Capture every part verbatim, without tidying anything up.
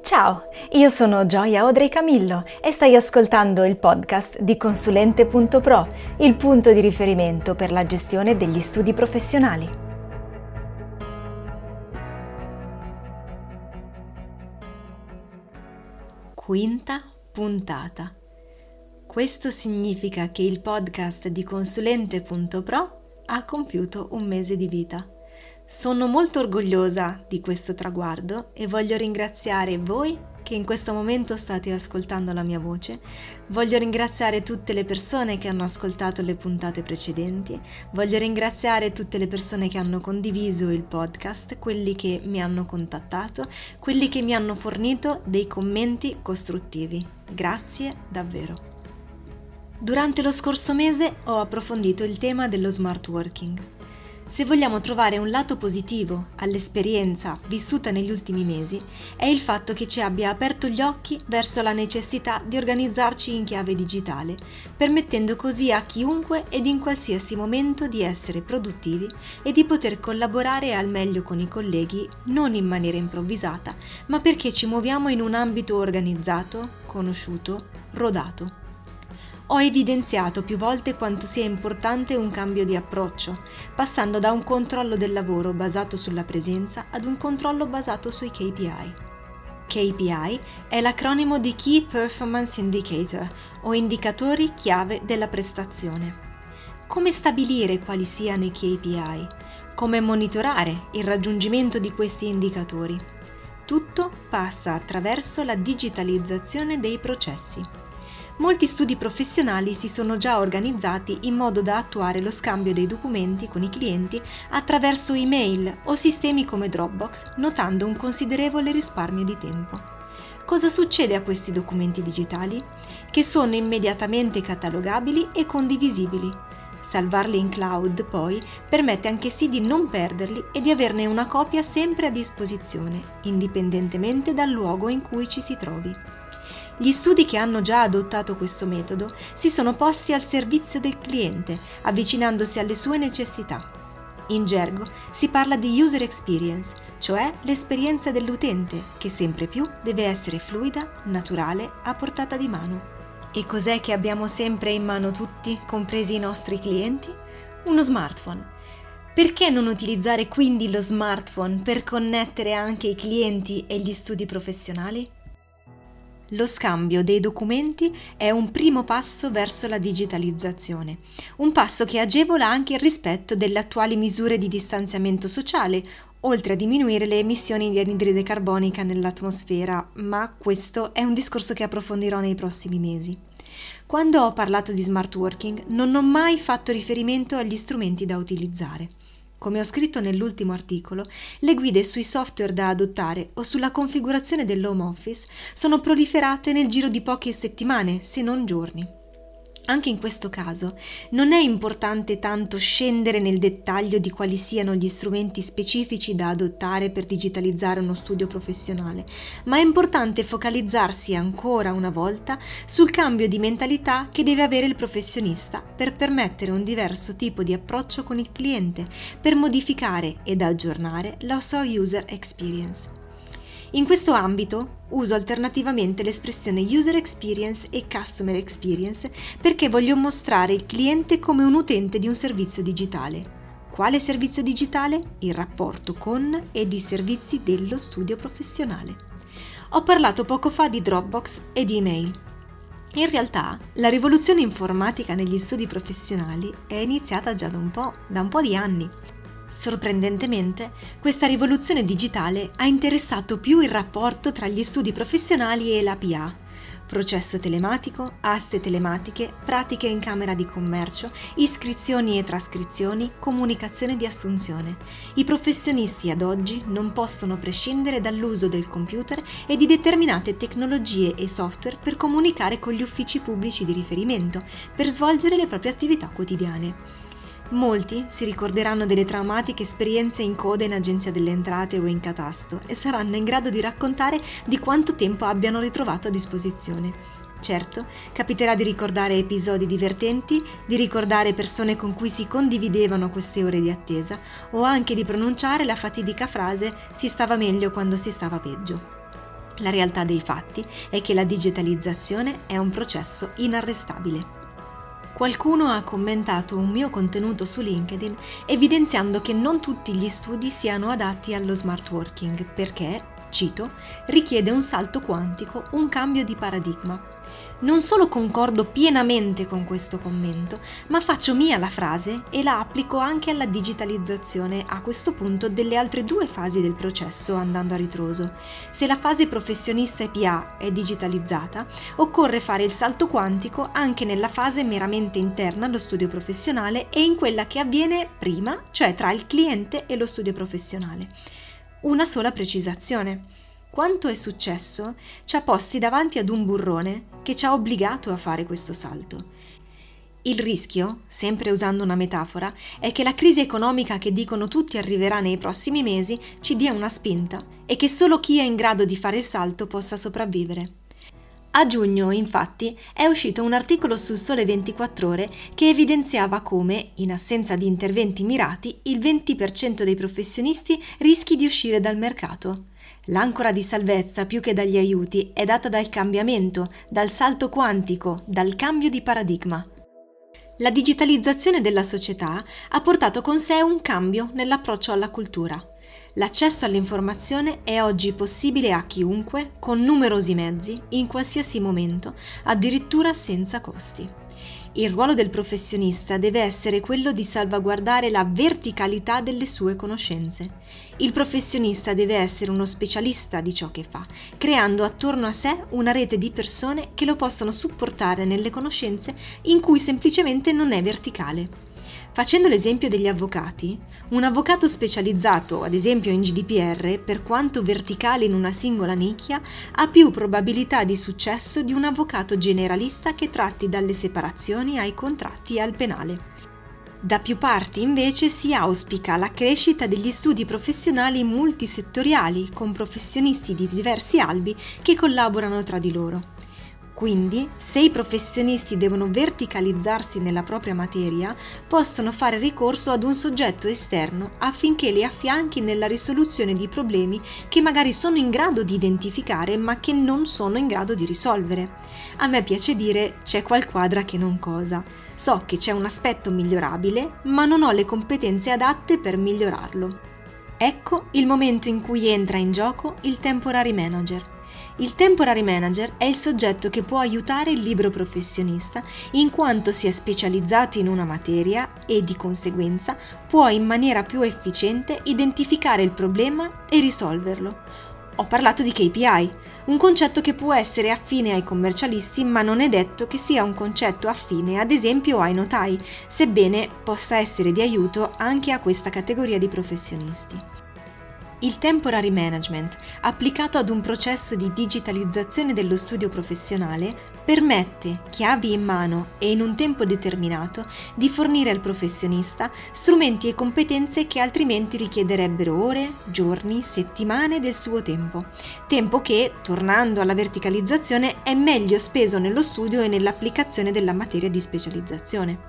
Ciao, io sono Gioia Audrey Camillo e stai ascoltando il podcast di Consulente punto pro, il punto di riferimento per la gestione degli studi professionali. Quinta puntata. Questo significa che il podcast di Consulente punto pro ha compiuto un mese di vita. Sono molto orgogliosa di questo traguardo e voglio ringraziare voi che in questo momento state ascoltando la mia voce. Voglio ringraziare tutte le persone che hanno ascoltato le puntate precedenti. Voglio ringraziare tutte le persone che hanno condiviso il podcast, quelli che mi hanno contattato, quelli che mi hanno fornito dei commenti costruttivi. Grazie davvero. Durante lo scorso mese ho approfondito il tema dello smart working. Se vogliamo trovare un lato positivo all'esperienza vissuta negli ultimi mesi, è il fatto che ci abbia aperto gli occhi verso la necessità di organizzarci in chiave digitale, permettendo così a chiunque ed in qualsiasi momento di essere produttivi e di poter collaborare al meglio con i colleghi, non in maniera improvvisata, ma perché ci muoviamo in un ambito organizzato, conosciuto, rodato. Ho evidenziato più volte quanto sia importante un cambio di approccio, passando da un controllo del lavoro basato sulla presenza ad un controllo basato sui K P I. K P I è l'acronimo di Key Performance Indicator o indicatori chiave della prestazione. Come stabilire quali siano i K P I? Come monitorare il raggiungimento di questi indicatori? Tutto passa attraverso la digitalizzazione dei processi. Molti studi professionali si sono già organizzati in modo da attuare lo scambio dei documenti con i clienti attraverso email o sistemi come Dropbox, notando un considerevole risparmio di tempo. Cosa succede a questi documenti digitali? Che sono immediatamente catalogabili e condivisibili. Salvarli in cloud, poi, permette anch'essi di non perderli e di averne una copia sempre a disposizione, indipendentemente dal luogo in cui ci si trovi. Gli studi che hanno già adottato questo metodo si sono posti al servizio del cliente, avvicinandosi alle sue necessità. In gergo si parla di user experience, cioè l'esperienza dell'utente, che sempre più deve essere fluida, naturale, a portata di mano. E cos'è che abbiamo sempre in mano tutti, compresi i nostri clienti? Uno smartphone. Perché non utilizzare quindi lo smartphone per connettere anche i clienti e gli studi professionali? Lo scambio dei documenti è un primo passo verso la digitalizzazione, un passo che agevola anche il rispetto delle attuali misure di distanziamento sociale, oltre a diminuire le emissioni di anidride carbonica nell'atmosfera, ma questo è un discorso che approfondirò nei prossimi mesi. Quando ho parlato di smart working non ho mai fatto riferimento agli strumenti da utilizzare. Come ho scritto nell'ultimo articolo, le guide sui software da adottare o sulla configurazione dell'home office sono proliferate nel giro di poche settimane, se non giorni. Anche in questo caso non è importante tanto scendere nel dettaglio di quali siano gli strumenti specifici da adottare per digitalizzare uno studio professionale, ma è importante focalizzarsi ancora una volta sul cambio di mentalità che deve avere il professionista per permettere un diverso tipo di approccio con il cliente, per modificare ed aggiornare la sua user experience. In questo ambito uso alternativamente l'espressione user experience e customer experience perché voglio mostrare il cliente come un utente di un servizio digitale. Quale servizio digitale? Il rapporto con ed i servizi dello studio professionale. Ho parlato poco fa di Dropbox e di email. In realtà, la rivoluzione informatica negli studi professionali è iniziata già da un po', da un po' di anni. Sorprendentemente, questa rivoluzione digitale ha interessato più il rapporto tra gli studi professionali e l'A P A. Processo telematico, aste telematiche, pratiche in camera di commercio, iscrizioni e trascrizioni, comunicazione di assunzione. I professionisti ad oggi non possono prescindere dall'uso del computer e di determinate tecnologie e software per comunicare con gli uffici pubblici di riferimento, per svolgere le proprie attività quotidiane. Molti si ricorderanno delle traumatiche esperienze in coda in agenzia delle entrate o in catasto e saranno in grado di raccontare di quanto tempo abbiano ritrovato a disposizione. Certo, capiterà di ricordare episodi divertenti, di ricordare persone con cui si condividevano queste ore di attesa o anche di pronunciare la fatidica frase «si stava meglio quando si stava peggio». La realtà dei fatti è che la digitalizzazione è un processo inarrestabile. Qualcuno ha commentato un mio contenuto su LinkedIn evidenziando che non tutti gli studi siano adatti allo smart working perché, cito, richiede un salto quantico, un cambio di paradigma. Non solo concordo pienamente con questo commento, ma faccio mia la frase e la applico anche alla digitalizzazione a questo punto delle altre due fasi del processo andando a ritroso. Se la fase professionista e P A è digitalizzata, occorre fare il salto quantico anche nella fase meramente interna allo studio professionale e in quella che avviene prima, cioè tra il cliente e lo studio professionale. Una sola precisazione. Quanto è successo ci ha posti davanti ad un burrone che ci ha obbligato a fare questo salto. Il rischio, sempre usando una metafora, è che la crisi economica che dicono tutti arriverà nei prossimi mesi ci dia una spinta e che solo chi è in grado di fare il salto possa sopravvivere. A giugno, infatti, è uscito un articolo sul Sole ventiquattro Ore che evidenziava come, in assenza di interventi mirati, il venti per cento dei professionisti rischi di uscire dal mercato. L'ancora di salvezza, più che dagli aiuti, è data dal cambiamento, dal salto quantico, dal cambio di paradigma. La digitalizzazione della società ha portato con sé un cambio nell'approccio alla cultura. L'accesso all'informazione è oggi possibile a chiunque, con numerosi mezzi, in qualsiasi momento, addirittura senza costi. Il ruolo del professionista deve essere quello di salvaguardare la verticalità delle sue conoscenze. Il professionista deve essere uno specialista di ciò che fa, creando attorno a sé una rete di persone che lo possano supportare nelle conoscenze in cui semplicemente non è verticale. Facendo l'esempio degli avvocati, un avvocato specializzato, ad esempio in G D P R, per quanto verticale in una singola nicchia, ha più probabilità di successo di un avvocato generalista che tratti dalle separazioni ai contratti e al penale. Da più parti invece si auspica la crescita degli studi professionali multisettoriali con professionisti di diversi albi che collaborano tra di loro. Quindi, se i professionisti devono verticalizzarsi nella propria materia, possono fare ricorso ad un soggetto esterno affinché li affianchi nella risoluzione di problemi che magari sono in grado di identificare ma che non sono in grado di risolvere. A me piace dire c'è qual quadra che non cosa. So che c'è un aspetto migliorabile, ma non ho le competenze adatte per migliorarlo. Ecco il momento in cui entra in gioco il temporary manager. Il temporary manager è il soggetto che può aiutare il libero professionista in quanto si è specializzato in una materia e di conseguenza può in maniera più efficiente identificare il problema e risolverlo. Ho parlato di K P I, un concetto che può essere affine ai commercialisti ma non è detto che sia un concetto affine ad esempio ai notai, sebbene possa essere di aiuto anche a questa categoria di professionisti. Il temporary management, applicato ad un processo di digitalizzazione dello studio professionale, permette, chiavi in mano e in un tempo determinato, di fornire al professionista strumenti e competenze che altrimenti richiederebbero ore, giorni, settimane del suo tempo. Tempo che, tornando alla verticalizzazione, è meglio speso nello studio e nell'applicazione della materia di specializzazione.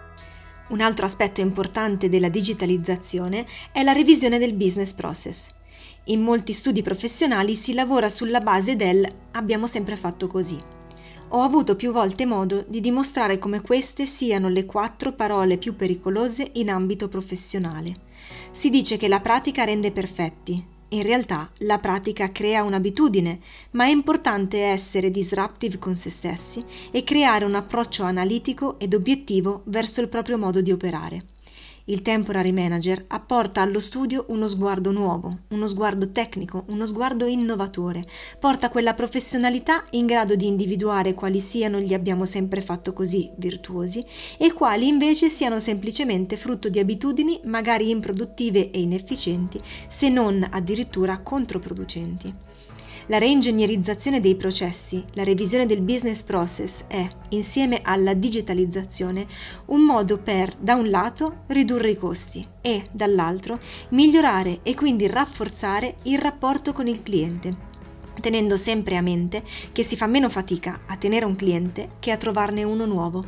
Un altro aspetto importante della digitalizzazione è la revisione del business process. In molti studi professionali si lavora sulla base del "abbiamo sempre fatto così". Ho avuto più volte modo di dimostrare come queste siano le quattro parole più pericolose in ambito professionale. Si dice che la pratica rende perfetti. In realtà la pratica crea un'abitudine, ma è importante essere disruptive con se stessi e creare un approccio analitico ed obiettivo verso il proprio modo di operare. Il temporary manager apporta allo studio uno sguardo nuovo, uno sguardo tecnico, uno sguardo innovatore, porta quella professionalità in grado di individuare quali siano gli "abbiamo sempre fatto così" virtuosi e quali invece siano semplicemente frutto di abitudini magari improduttive e inefficienti, se non addirittura controproducenti. La reingegnerizzazione dei processi, la revisione del business process è, insieme alla digitalizzazione, un modo per, da un lato, ridurre i costi e, dall'altro, migliorare e quindi rafforzare il rapporto con il cliente, tenendo sempre a mente che si fa meno fatica a tenere un cliente che a trovarne uno nuovo.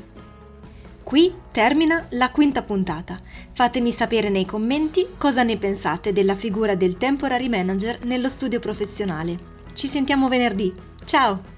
Qui termina la quinta puntata. Fatemi sapere nei commenti cosa ne pensate della figura del temporary manager nello studio professionale. Ci sentiamo venerdì. Ciao!